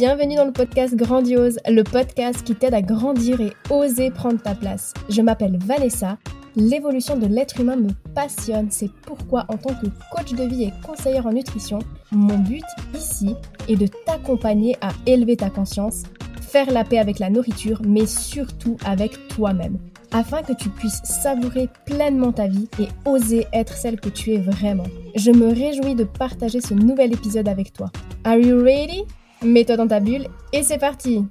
Bienvenue dans le podcast Grandiose, le podcast qui t'aide à grandir et oser prendre ta place. Je m'appelle Vanessa, l'évolution de l'être humain me passionne, c'est pourquoi en tant que coach de vie et conseillère en nutrition, mon but ici est de t'accompagner à élever ta conscience, faire la paix avec la nourriture, mais surtout avec toi-même, afin que tu puisses savourer pleinement ta vie et oser être celle que tu es vraiment. Je me réjouis de partager ce nouvel épisode avec toi. Are you ready? Mets-toi dans ta bulle et c'est parti!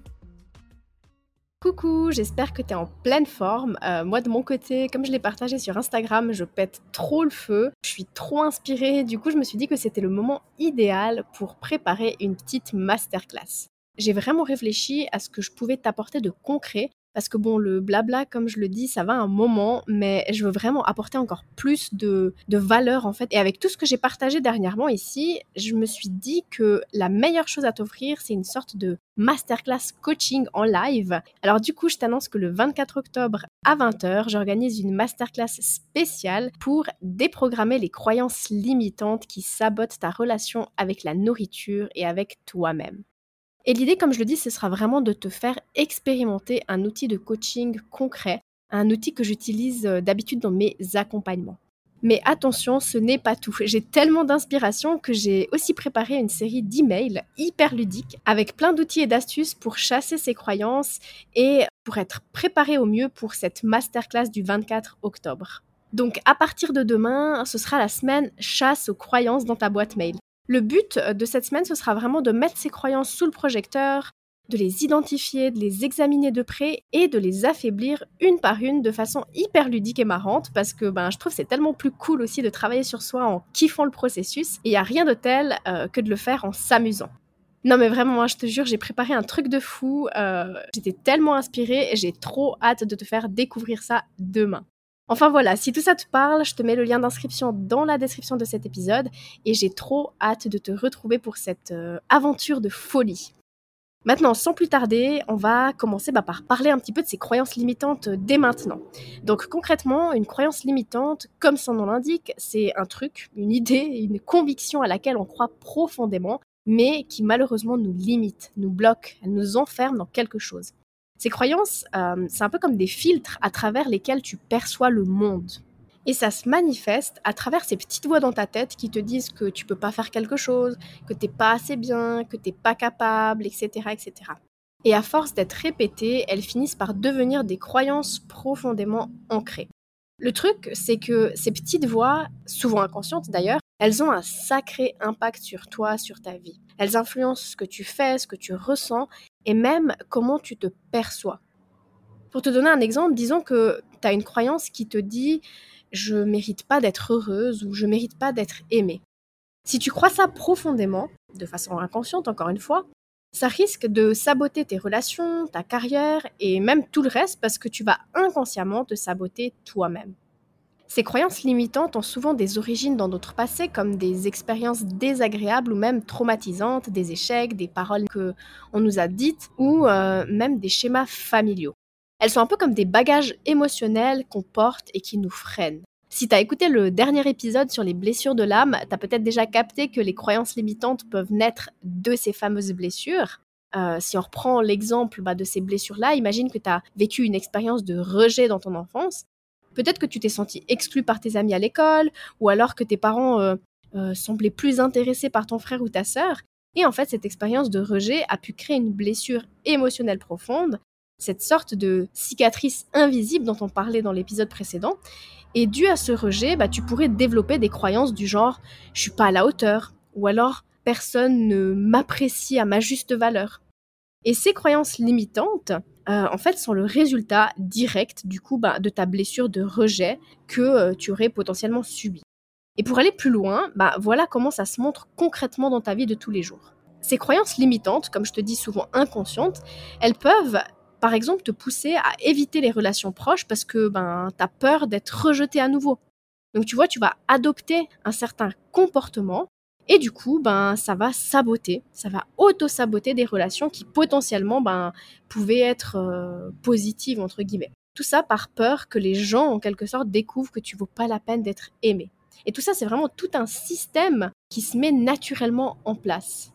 Coucou, j'espère que tu es en pleine forme. Moi de mon côté, comme je l'ai partagé sur Instagram, je pète trop le feu. Je suis trop inspirée, du coup je me suis dit que c'était le moment idéal pour préparer une petite masterclass. J'ai vraiment réfléchi à ce que je pouvais t'apporter de concret. Parce que bon, le blabla, comme je le dis, ça va un moment, mais je veux vraiment apporter encore plus de valeur en fait. Et avec tout ce que j'ai partagé dernièrement ici, je me suis dit que la meilleure chose à t'offrir, c'est une sorte de masterclass coaching en live. Alors du coup, je t'annonce que le 24 octobre à 20h, j'organise une masterclass spéciale pour déprogrammer les croyances limitantes qui sabotent ta relation avec la nourriture et avec toi-même. Et l'idée, comme je le dis, ce sera vraiment de te faire expérimenter un outil de coaching concret, un outil que j'utilise d'habitude dans mes accompagnements. Mais attention, ce n'est pas tout. J'ai tellement d'inspiration que j'ai aussi préparé une série d'emails hyper ludiques avec plein d'outils et d'astuces pour chasser ces croyances et pour être préparé au mieux pour cette masterclass du 24 octobre. Donc à partir de demain, ce sera la semaine chasse aux croyances dans ta boîte mail. Le but de cette semaine, ce sera vraiment de mettre ces croyances sous le projecteur, de les identifier, de les examiner de près et de les affaiblir une par une de façon hyper ludique et marrante parce que je trouve que c'est tellement plus cool aussi de travailler sur soi en kiffant le processus et il n'y a rien de tel que de le faire en s'amusant. Non mais vraiment, moi, je te jure, j'ai préparé un truc de fou, j'étais tellement inspirée et j'ai trop hâte de te faire découvrir ça demain. Enfin voilà, si tout ça te parle, je te mets le lien d'inscription dans la description de cet épisode et j'ai trop hâte de te retrouver pour cette aventure de folie. Maintenant, sans plus tarder, on va commencer par parler un petit peu de ces croyances limitantes dès maintenant. Donc concrètement, une croyance limitante, comme son nom l'indique, c'est un truc, une idée, une conviction à laquelle on croit profondément, mais qui malheureusement nous limite, nous bloque, elle nous enferme dans quelque chose. Ces croyances, c'est un peu comme des filtres à travers lesquels tu perçois le monde. Et ça se manifeste à travers ces petites voix dans ta tête qui te disent que tu peux pas faire quelque chose, que t'es pas assez bien, que t'es pas capable, etc., etc. Et à force d'être répétées, elles finissent par devenir des croyances profondément ancrées. Le truc, c'est que ces petites voix, souvent inconscientes d'ailleurs, elles ont un sacré impact sur toi, sur ta vie. Elles influencent ce que tu fais, ce que tu ressens, et même comment tu te perçois. Pour te donner un exemple, disons que tu as une croyance qui te dit « je mérite pas d'être heureuse » ou « je mérite pas d'être aimée ». Si tu crois ça profondément, de façon inconsciente encore une fois, ça risque de saboter tes relations, ta carrière et même tout le reste parce que tu vas inconsciemment te saboter toi-même. Ces croyances limitantes ont souvent des origines dans notre passé, comme des expériences désagréables ou même traumatisantes, des échecs, des paroles qu'on nous a dites ou même des schémas familiaux. Elles sont un peu comme des bagages émotionnels qu'on porte et qui nous freinent. Si tu as écouté le dernier épisode sur les blessures de l'âme, tu as peut-être déjà capté que les croyances limitantes peuvent naître de ces fameuses blessures. Si on reprend l'exemple de ces blessures-là, imagine que tu as vécu une expérience de rejet dans ton enfance. Peut-être que tu t'es senti exclu par tes amis à l'école, ou alors que tes parents semblaient plus intéressés par ton frère ou ta sœur. Et en fait, cette expérience de rejet a pu créer une blessure émotionnelle profonde, cette sorte de cicatrice invisible dont on parlait dans l'épisode précédent. Et dû à ce rejet, tu pourrais développer des croyances du genre « je suis pas à la hauteur » ou alors « personne ne m'apprécie à ma juste valeur ». Et ces croyances limitantes, en fait, sont le résultat direct du coup de ta blessure de rejet que tu aurais potentiellement subie. Et pour aller plus loin, voilà comment ça se montre concrètement dans ta vie de tous les jours. Ces croyances limitantes, comme je te dis souvent inconscientes, elles peuvent par exemple te pousser à éviter les relations proches parce que tu as peur d'être rejeté à nouveau. Donc tu vois, tu vas adopter un certain comportement et du coup, ça va saboter, ça va auto-saboter des relations qui potentiellement pouvaient être positives, entre guillemets. Tout ça par peur que les gens, en quelque sorte, découvrent que tu ne vaux pas la peine d'être aimé. Et tout ça, c'est vraiment tout un système qui se met naturellement en place.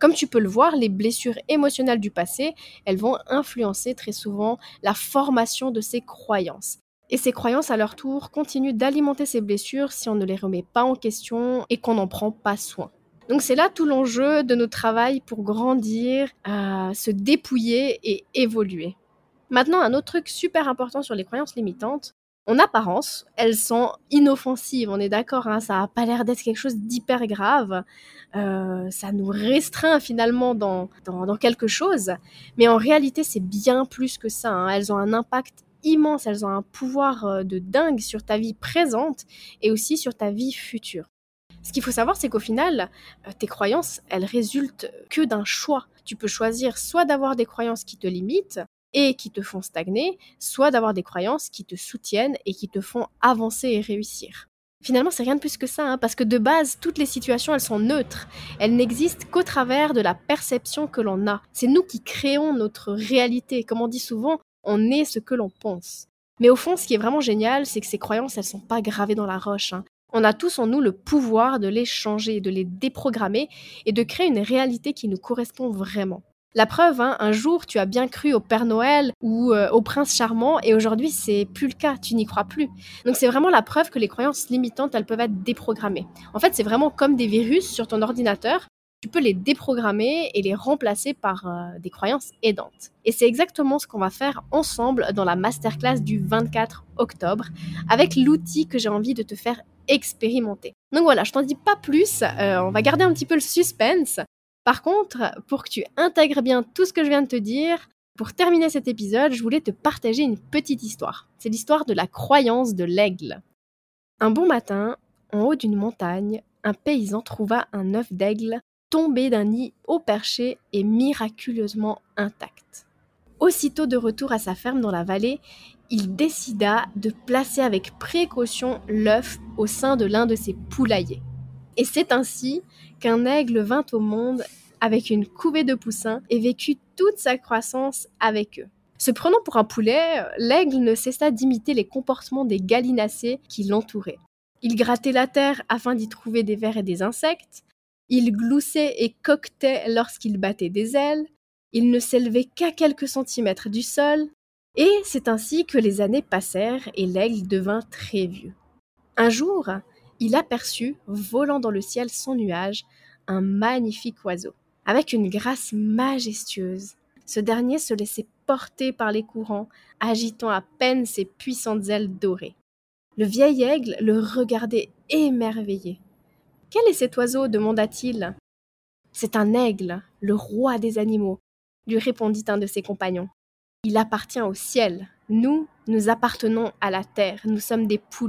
Comme tu peux le voir, les blessures émotionnelles du passé, elles vont influencer très souvent la formation de ces croyances. Et ces croyances, à leur tour, continuent d'alimenter ces blessures si on ne les remet pas en question et qu'on n'en prend pas soin. Donc c'est là tout l'enjeu de notre travail pour grandir, se dépouiller et évoluer. Maintenant, un autre truc super important sur les croyances limitantes, en apparence, elles sont inoffensives, on est d'accord, hein, ça n'a pas l'air d'être quelque chose d'hyper grave, ça nous restreint finalement dans quelque chose, mais en réalité c'est bien plus que ça, hein. Elles ont un impact immense, elles ont un pouvoir de dingue sur ta vie présente et aussi sur ta vie future. Ce qu'il faut savoir, c'est qu'au final, tes croyances, elles résultent que d'un choix. Tu peux choisir soit d'avoir des croyances qui te limitent et qui te font stagner, soit d'avoir des croyances qui te soutiennent et qui te font avancer et réussir. Finalement, c'est rien de plus que ça, hein, parce que de base, toutes les situations, elles sont neutres. Elles n'existent qu'au travers de la perception que l'on a. C'est nous qui créons notre réalité. Comme on dit souvent, on est ce que l'on pense. Mais au fond, ce qui est vraiment génial, c'est que ces croyances, elles sont pas gravées dans la roche, hein. On a tous en nous le pouvoir de les changer, de les déprogrammer et de créer une réalité qui nous correspond vraiment. La preuve, hein, un jour, tu as bien cru au Père Noël ou au Prince Charmant et aujourd'hui, c'est plus le cas, tu n'y crois plus. Donc c'est vraiment la preuve que les croyances limitantes, elles peuvent être déprogrammées. En fait, c'est vraiment comme des virus sur ton ordinateur. Tu peux les déprogrammer et les remplacer par des croyances aidantes. Et c'est exactement ce qu'on va faire ensemble dans la masterclass du 24 octobre avec l'outil que j'ai envie de te faire expérimenter. Donc voilà, je t'en dis pas plus, on va garder un petit peu le suspense. Par contre, pour que tu intègres bien tout ce que je viens de te dire, pour terminer cet épisode, je voulais te partager une petite histoire. C'est l'histoire de la croyance de l'aigle. Un bon matin, en haut d'une montagne, un paysan trouva un œuf d'aigle tombé d'un nid haut perché et miraculeusement intact. Aussitôt de retour à sa ferme dans la vallée, il décida de placer avec précaution l'œuf au sein de l'un de ses poulaillers. Et c'est ainsi qu'un aigle vint au monde avec une couvée de poussins et vécut toute sa croissance avec eux. Se prenant pour un poulet, l'aigle ne cessa d'imiter les comportements des gallinacés qui l'entouraient. Il grattait la terre afin d'y trouver des vers et des insectes, il gloussait et coquetait lorsqu'il battait des ailes, il ne s'élevait qu'à quelques centimètres du sol, et c'est ainsi que les années passèrent et l'aigle devint très vieux. Un jour, il aperçut, volant dans le ciel sans nuage, un magnifique oiseau. Avec une grâce majestueuse, ce dernier se laissait porter par les courants, agitant à peine ses puissantes ailes dorées. Le vieil aigle le regardait émerveillé. « Quel est cet oiseau » demanda-t-il. « C'est un aigle, le roi des animaux », lui répondit un de ses compagnons. « Il appartient au ciel. Nous appartenons à la terre. Nous sommes des poulets. »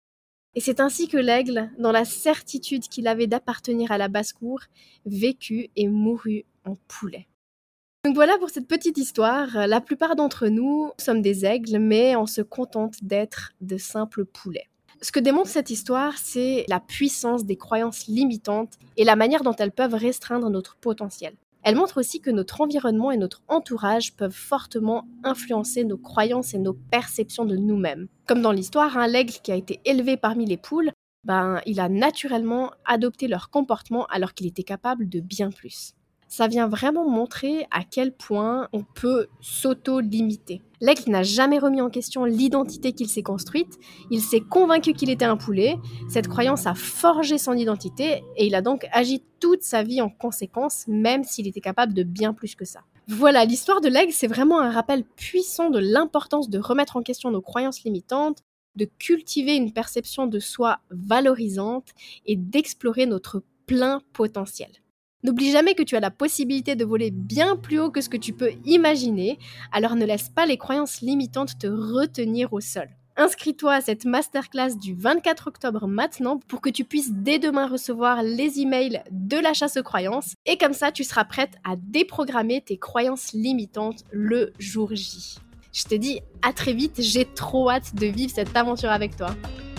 Et c'est ainsi que l'aigle, dans la certitude qu'il avait d'appartenir à la basse-cour, vécut et mourut en poulet. Donc voilà pour cette petite histoire. La plupart d'entre nous sommes des aigles, mais on se contente d'être de simples poulets. Ce que démontre cette histoire, c'est la puissance des croyances limitantes et la manière dont elles peuvent restreindre notre potentiel. Elle montre aussi que notre environnement et notre entourage peuvent fortement influencer nos croyances et nos perceptions de nous-mêmes. Comme dans l'histoire, l'aigle qui a été élevé parmi les poules, il a naturellement adopté leur comportement alors qu'il était capable de bien plus. Ça vient vraiment montrer à quel point on peut s'auto-limiter. L'aigle n'a jamais remis en question l'identité qu'il s'est construite, il s'est convaincu qu'il était un poulet, cette croyance a forgé son identité et il a donc agi toute sa vie en conséquence, même s'il était capable de bien plus que ça. Voilà, l'histoire de l'aigle, c'est vraiment un rappel puissant de l'importance de remettre en question nos croyances limitantes, de cultiver une perception de soi valorisante et d'explorer notre plein potentiel. N'oublie jamais que tu as la possibilité de voler bien plus haut que ce que tu peux imaginer, alors ne laisse pas les croyances limitantes te retenir au sol. Inscris-toi à cette masterclass du 24 octobre maintenant pour que tu puisses dès demain recevoir les emails de la chasse aux croyances et comme ça tu seras prête à déprogrammer tes croyances limitantes le jour J. Je te dis à très vite, j'ai trop hâte de vivre cette aventure avec toi.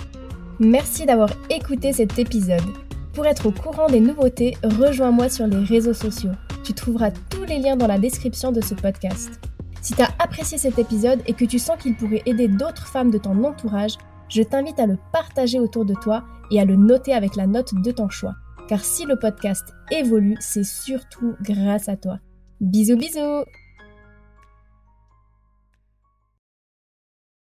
Merci d'avoir écouté cet épisode. Pour être au courant des nouveautés, rejoins-moi sur les réseaux sociaux. Tu trouveras tous les liens dans la description de ce podcast. Si tu as apprécié cet épisode et que tu sens qu'il pourrait aider d'autres femmes de ton entourage, je t'invite à le partager autour de toi et à le noter avec la note de ton choix. car si le podcast évolue, c'est surtout grâce à toi. Bisous bisous!